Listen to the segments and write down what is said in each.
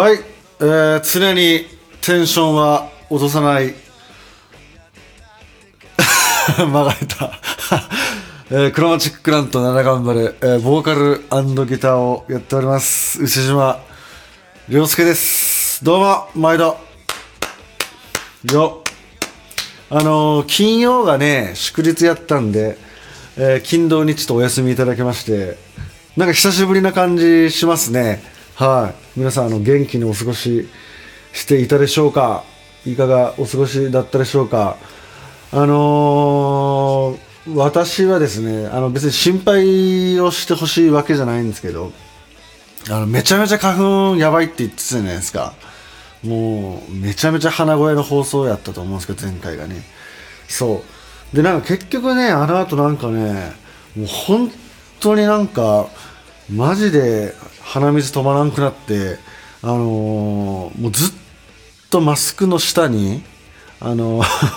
はい、常にテンションは落とさない曲がれたクロマチックラント7頑張る、ボーカル&ギターをやっております牛島亮介です。どうも毎度よ。金曜がね祝日やったんで、金土日とお休みいただきまして、なんか久しぶりな感じしますね。はい、皆さん元気にお過ごししていたでしょうか。いかがお過ごしだったでしょうか。私はですね、別に心配をしてほしいわけじゃないんですけど、めちゃめちゃ花粉やばいって言ってたじゃないですか。もうめちゃめちゃ鼻声の放送やったと思うんですけど、前回がね。そうで、なんか結局ね、あの後なんかね、もう本当になんかマジで鼻水止まらんくなって、もうずっとマスクの下にティ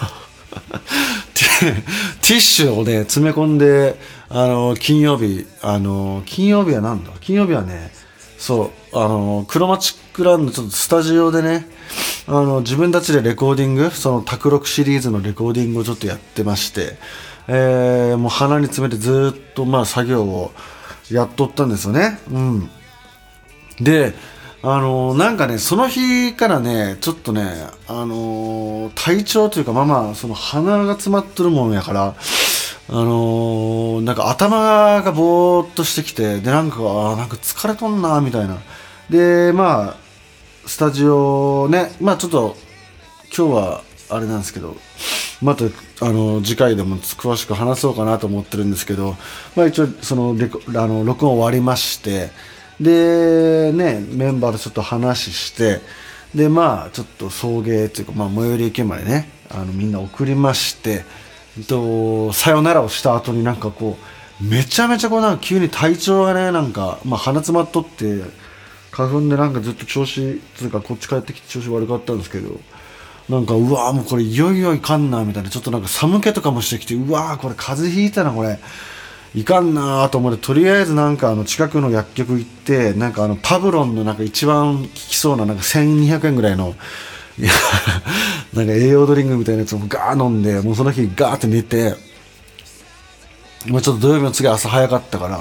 ッシュをね詰め込んで、金曜日はなんだ、金曜日はね、そうクロマチックランドちょっとスタジオでね、自分たちでレコーディング、その卓録シリーズのレコーディングをちょっとやってまして、もう鼻に詰めてずっと作業をやっとったんですよね。でなんかね、その日からねちょっとね体調というかその鼻が詰まってるもんやから、なんか頭がぼーっとしてきて、でなんか疲れとんなみたいな。でスタジオね、ちょっと今日はあれなんですけど、また次回でも詳しく話そうかなと思ってるんですけど、一応その録音終わりまして、でね、メンバーとちょっと話して、でちょっと送迎というか、最寄り駅までねみんな送りまして、さよならをした後になんかこうめちゃめちゃこうなんか急に体調がね、なんか鼻詰まっとって、花粉でなんかずっと調子つうか、こっち帰ってきて調子悪かったんですけど、なんかうわーもうこれいよいよいかんなみたいな、ちょっとなんか寒気とかもしてきて、うわーこれ風邪ひいたな、これいかんなと思って、とりあえずなんか近くの薬局行って、なんかパブロンのなんか一番効きそうななんか1200円ぐらいのなんか栄養ドリンクみたいなやつをガー飲んで、もうその日ガーって寝て、もうちょっと土曜日の次朝早かったから、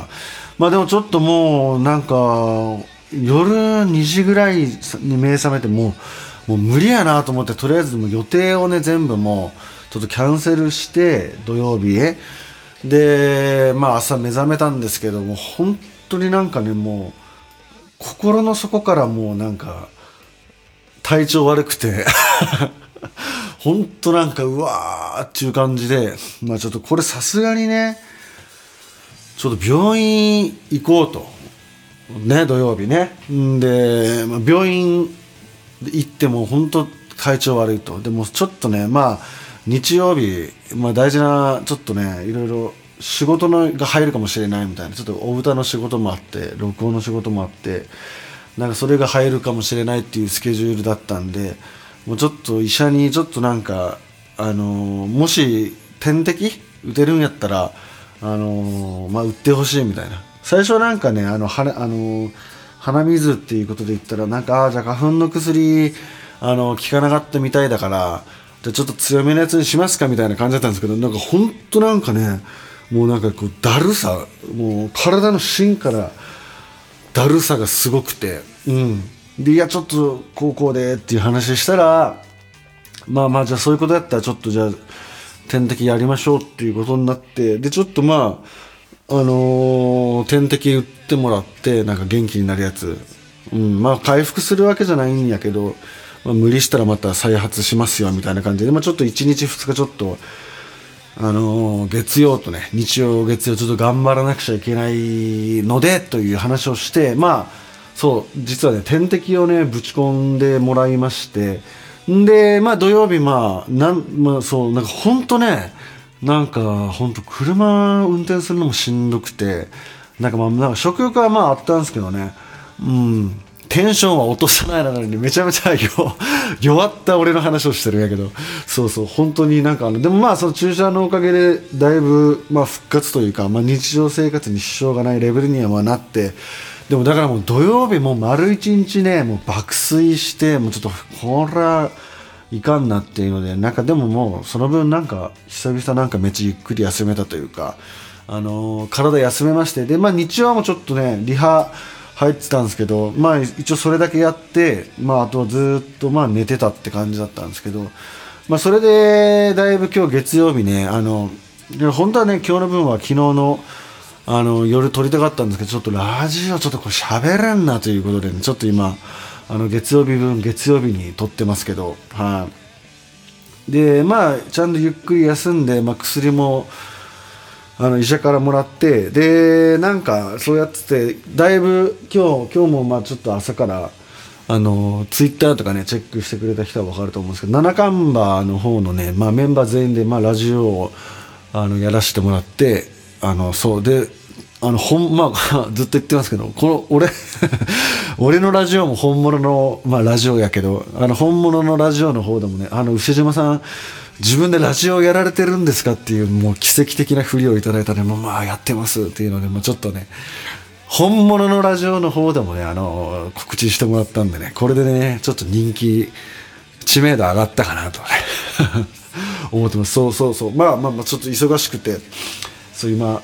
でもちょっともうなんか夜2時ぐらいに目覚めて、もう無理やなと思って、とりあえずもう予定をね全部もうちょっとキャンセルして、土曜日へで朝目覚めたんですけども、本当になんかね、もう心の底からもうなんか体調悪くて本当なんかうわーっていう感じで、ちょっとこれさすがにねちょっと病院行こうとね、土曜日ね。で、病院行っても本当体調悪いと。でもちょっとね、日曜日、大事なちょっとね、いろいろ仕事が入るかもしれないみたいな、ちょっとお歌の仕事もあって、録音の仕事もあって、なんかそれが入るかもしれないっていうスケジュールだったんで、もうちょっと医者にちょっとなんかもし点滴打てるんやったら打ってほしいみたいな。最初なんかね鼻水っていうことで言ったら、なんかじゃあ花粉の薬効かなかったみたいだから、じゃあちょっと強めのやつにしますかみたいな感じだったんですけど、なんか本当なんかね、もうなんかこうだるさ、もう体の芯からだるさがすごくて、でいやちょっと高校でっていう話したら、じゃあそういうことやったらちょっとじゃあ点滴やりましょうっていうことになって、でちょっと点滴打ってもらって、なんか元気になるやつ、回復するわけじゃないんやけど、無理したらまた再発しますよみたいな感じで、ちょっと1日2日ちょっと月曜とね、日曜月曜ちょっと頑張らなくちゃいけないのでという話をして、そう実はね点滴をねぶち込んでもらいまして、で土曜日そうなんか本当ね、なんか本当車運転するのもしんどくて、なんか食欲はあったんですけどね、テンションは落とさないなのにめちゃめちゃ弱った俺の話をしてるんやけど、そう本当になんかでもその注射のおかげでだいぶ復活というか、日常生活に支障がないレベルにはなって、 でもだからもう土曜日もう丸一日ねもう爆睡して、もうちょっとこれはいかんなっていうので、なんかでももうその分なんか久々なんかめっちゃゆっくり休めたというか、体休めまして、で日曜もちょっとねリハ入ってたんですけど、一応それだけやって、あとはずっと寝てたって感じだったんですけど、それでだいぶ今日月曜日ね、本当はね今日の分は昨日の夜撮りたかったんですけど、ちょっとラジオちょっとこれ喋れんなということで、ね、ちょっと今月曜日分月曜日に撮ってますけど、でちゃんとゆっくり休んで、薬も医者からもらって、でなんかそうやってて、だいぶ今日もちょっと朝からツイッターとかねチェックしてくれた人は分かると思うんですけど、七冠馬の方のね、メンバー全員でラジオをやらせてもらって、そうでずっと言ってますけど、この俺のラジオも本物の、ラジオやけど、本物のラジオの方でもね、牛島さん自分でラジオやられてるんですかっていう、もう奇跡的な振りをいただいたね、やってますっていうので、ちょっとね本物のラジオの方でもね告知してもらったんでね、これでねちょっと人気知名度上がったかなとね思ってます。そうちょっと忙しくて、そう今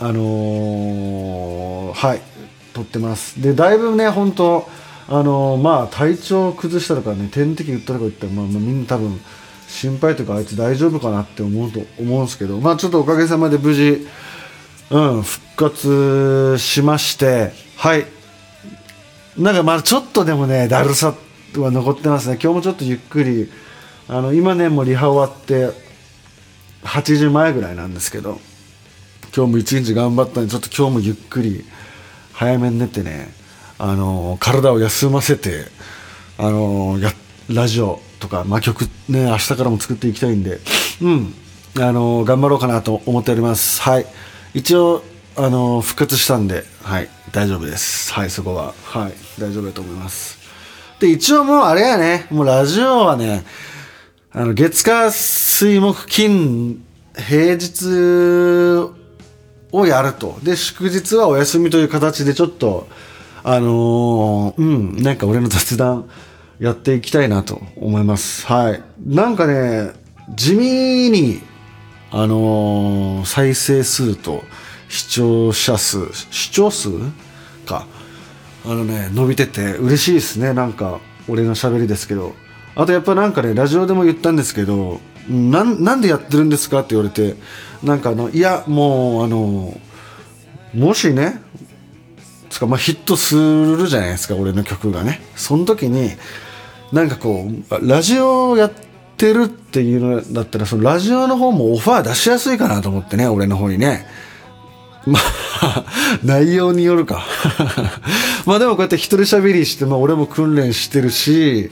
撮ってます。でだいぶね本当体調崩したとかね、点滴打ったとか言ったら、みんな多分心配とか、あいつ大丈夫かなって思うんですけど、ちょっとおかげさまで無事復活しまして、なんかちょっとでもねだるさは残ってますね。今日もちょっとゆっくり今ねもうリハ終わって8時前ぐらいなんですけど、今日も一日頑張ったんで、ちょっと今日もゆっくり早めに寝てね、体を休ませてラジオとか、曲ね明日からも作っていきたいんで、頑張ろうかなと思っております。一応復活したんで、大丈夫です。そこは大丈夫だと思います。で一応もうあれやね、もうラジオはね月火水木金平日をやると、で祝日はお休みという形で、ちょっとなんか俺の雑談やっていきたいなと思います。なんかね地味に再生数と視聴数か伸びてて嬉しいですね。なんか俺の喋りですけど、あとやっぱなんかねラジオでも言ったんですけど、なんでやってるんですかって言われて、なんかいやもうもしねヒットするじゃないですか、俺の曲がね。その時になんかこうラジオやってるっていうのだったら、そのラジオの方もオファー出しやすいかなと思ってね、俺の方にね。内容によるかでもこうやって一人喋りして、俺も訓練してるし、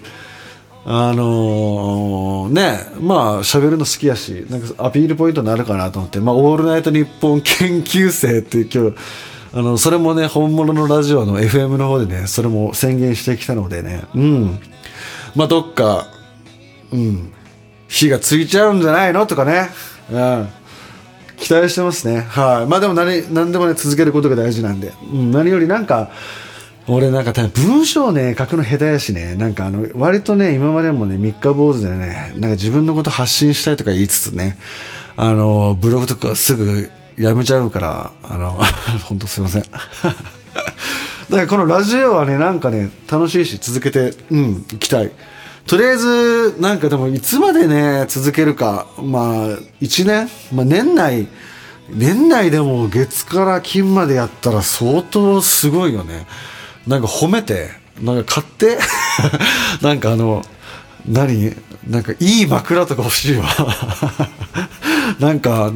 喋るの好きやし、なんかアピールポイントになるかなと思って、オールナイトニッポン研究生っていう今日それもね本物のラジオの FM の方でねそれも宣言してきたのでね、どっか火がついちゃうんじゃないのとかね、期待してますね。でも何でもね続けることが大事なんで、何よりなんか俺なんか文章ね書くの下手やしね、なんか割とね今までもね三日坊主でねなんか自分のこと発信したいとか言いつつねブログとかすぐやめちゃうから本当すいませんだからこのラジオはねなんかね楽しいし続けていきたい。とりあえずなんかでもいつまでね続けるか、1年、年内でも月から金までやったら相当すごいよね。なんか褒めてなんか買ってなんかなんかいい枕とか欲しいわなんか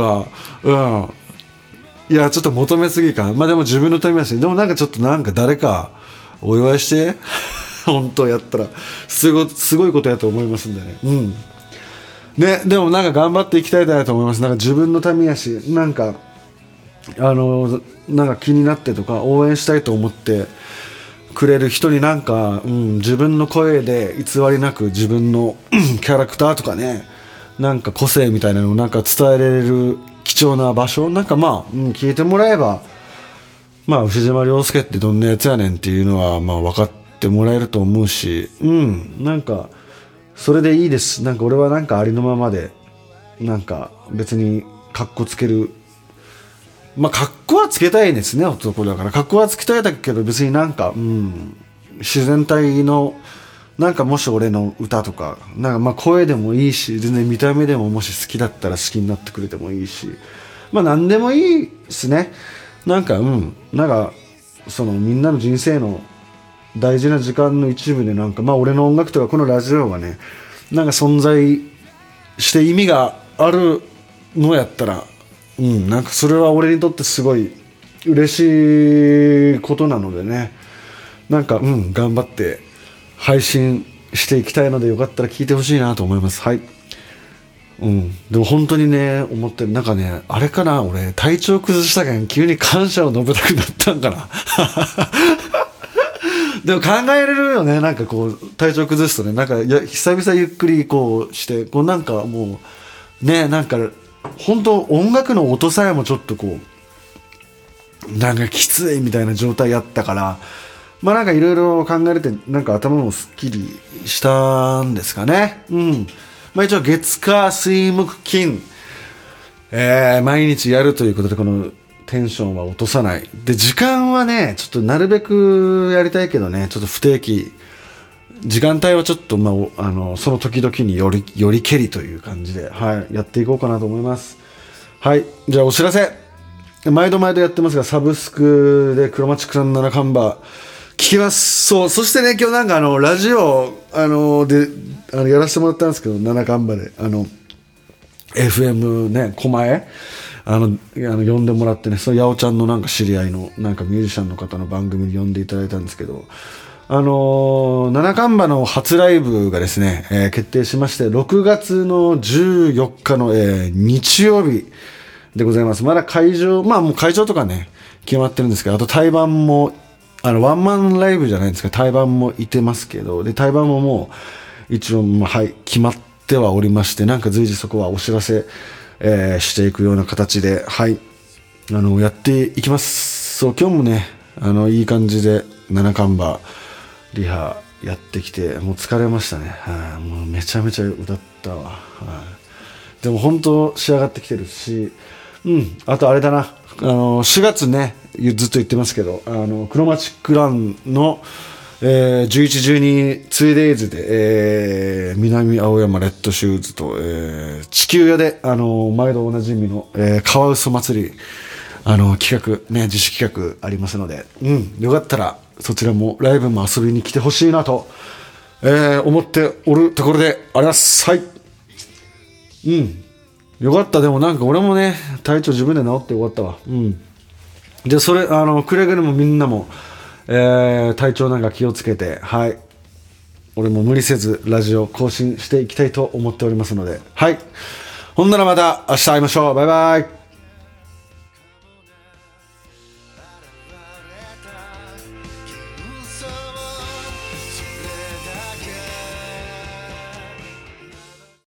いやちょっと求めすぎか。でも自分のためだし、でもなんかちょっとなんか誰かお祝いして本当やったらすごいことやと思いますんでね。でもなんか頑張っていきたいなと思います。なんか自分のためやし、なんかなんか気になってとか応援したいと思ってくれる人になんか、自分の声で偽りなく自分のキャラクターとかね、なんか個性みたいなのをなんか伝えられる貴重な場所、なんか聞いてもらえばまあ牛島亮介ってどんなやつやねんっていうのはまあ分かってもらえると思うし、なんかそれでいいです。なんか俺はなんかありのままで、なんか別にカッコつける、まあカッコはつけたいですね、男だからカッコはつけたいだけど、別になんか自然体のなんかもし俺の歌とかなんかまあ声でもいいし、全然見た目でももし好きだったら好きになってくれてもいいし、まあ何でもいいですね。なんかなんかそのみんなの人生の大事な時間の一部で、なんかまあ俺の音楽とかこのラジオがね、なんか存在して意味があるのやったら、なんかそれは俺にとってすごい嬉しいことなのでね、なんか頑張って配信していきたいので、よかったら聞いてほしいなと思います。はい。でも本当にね、思ってる、なんかね、あれかな、俺体調崩したけん急に感謝を述べたくなったんかな。でも考えれるよね、なんかこう体調崩すとね、なんか久々ゆっくりこうしてこうなんかもうね、なんか本当音楽の音さえもちょっとこうなんかきついみたいな状態やったから、まあなんかいろいろ考えれて、なんか頭もすっきりしたんですかね。まあ一応月火水木金、毎日やるということで、このテンションは落とさない。で、時間はね、ちょっとなるべくやりたいけどね、ちょっと不定期。時間帯はちょっと、まあ、その時々によりけりという感じで、はい、やっていこうかなと思います。はい、じゃあお知らせ。毎度やってますが、サブスクでクロマチックさん7カンバ聞きます。そしてね、今日なんかラジオ、で、やらせてもらったんですけど、7カンバで、FM ね、狛江呼んでもらってね、その八百ちゃんのなんか知り合いのなんかミュージシャンの方の番組に呼んでいただいたんですけど、七冠馬の初ライブがですね、決定しまして、6月の14日の、日曜日でございます。まだ会場、まあもう会場とかね、決まってるんですけど、あと対バンも、ワンマンライブじゃないんですけど、対バンもいてますけど、で、対バンももう、一応、はい、決まってはおりまして、なんか随時そこはお知らせ、していくような形で、はい、やっていきます。そう、今日もね、いい感じで、七冠馬、リハやってきて、もう疲れましたね。もうめちゃめちゃ歌ったわ。でも本当仕上がってきてるし、あとあれだな、4月ね、ずっと言ってますけど、クロマチックランの、11、12、2days で、南青山レッドシューズと、地球屋で、毎度おなじみの、カワウソ祭り、企画、ね、自主企画ありますので、よかったら、そちらもライブも遊びに来てほしいなと、思っておるところであります。はい。よかった。でもなんか俺もね、体調自分で治ってよかったわ。で、それ、くれぐれもみんなも、体調なんか気をつけて、はい。俺も無理せずラジオ更新していきたいと思っておりますので、はい。ほんならまた明日会いましょう。バイバイ。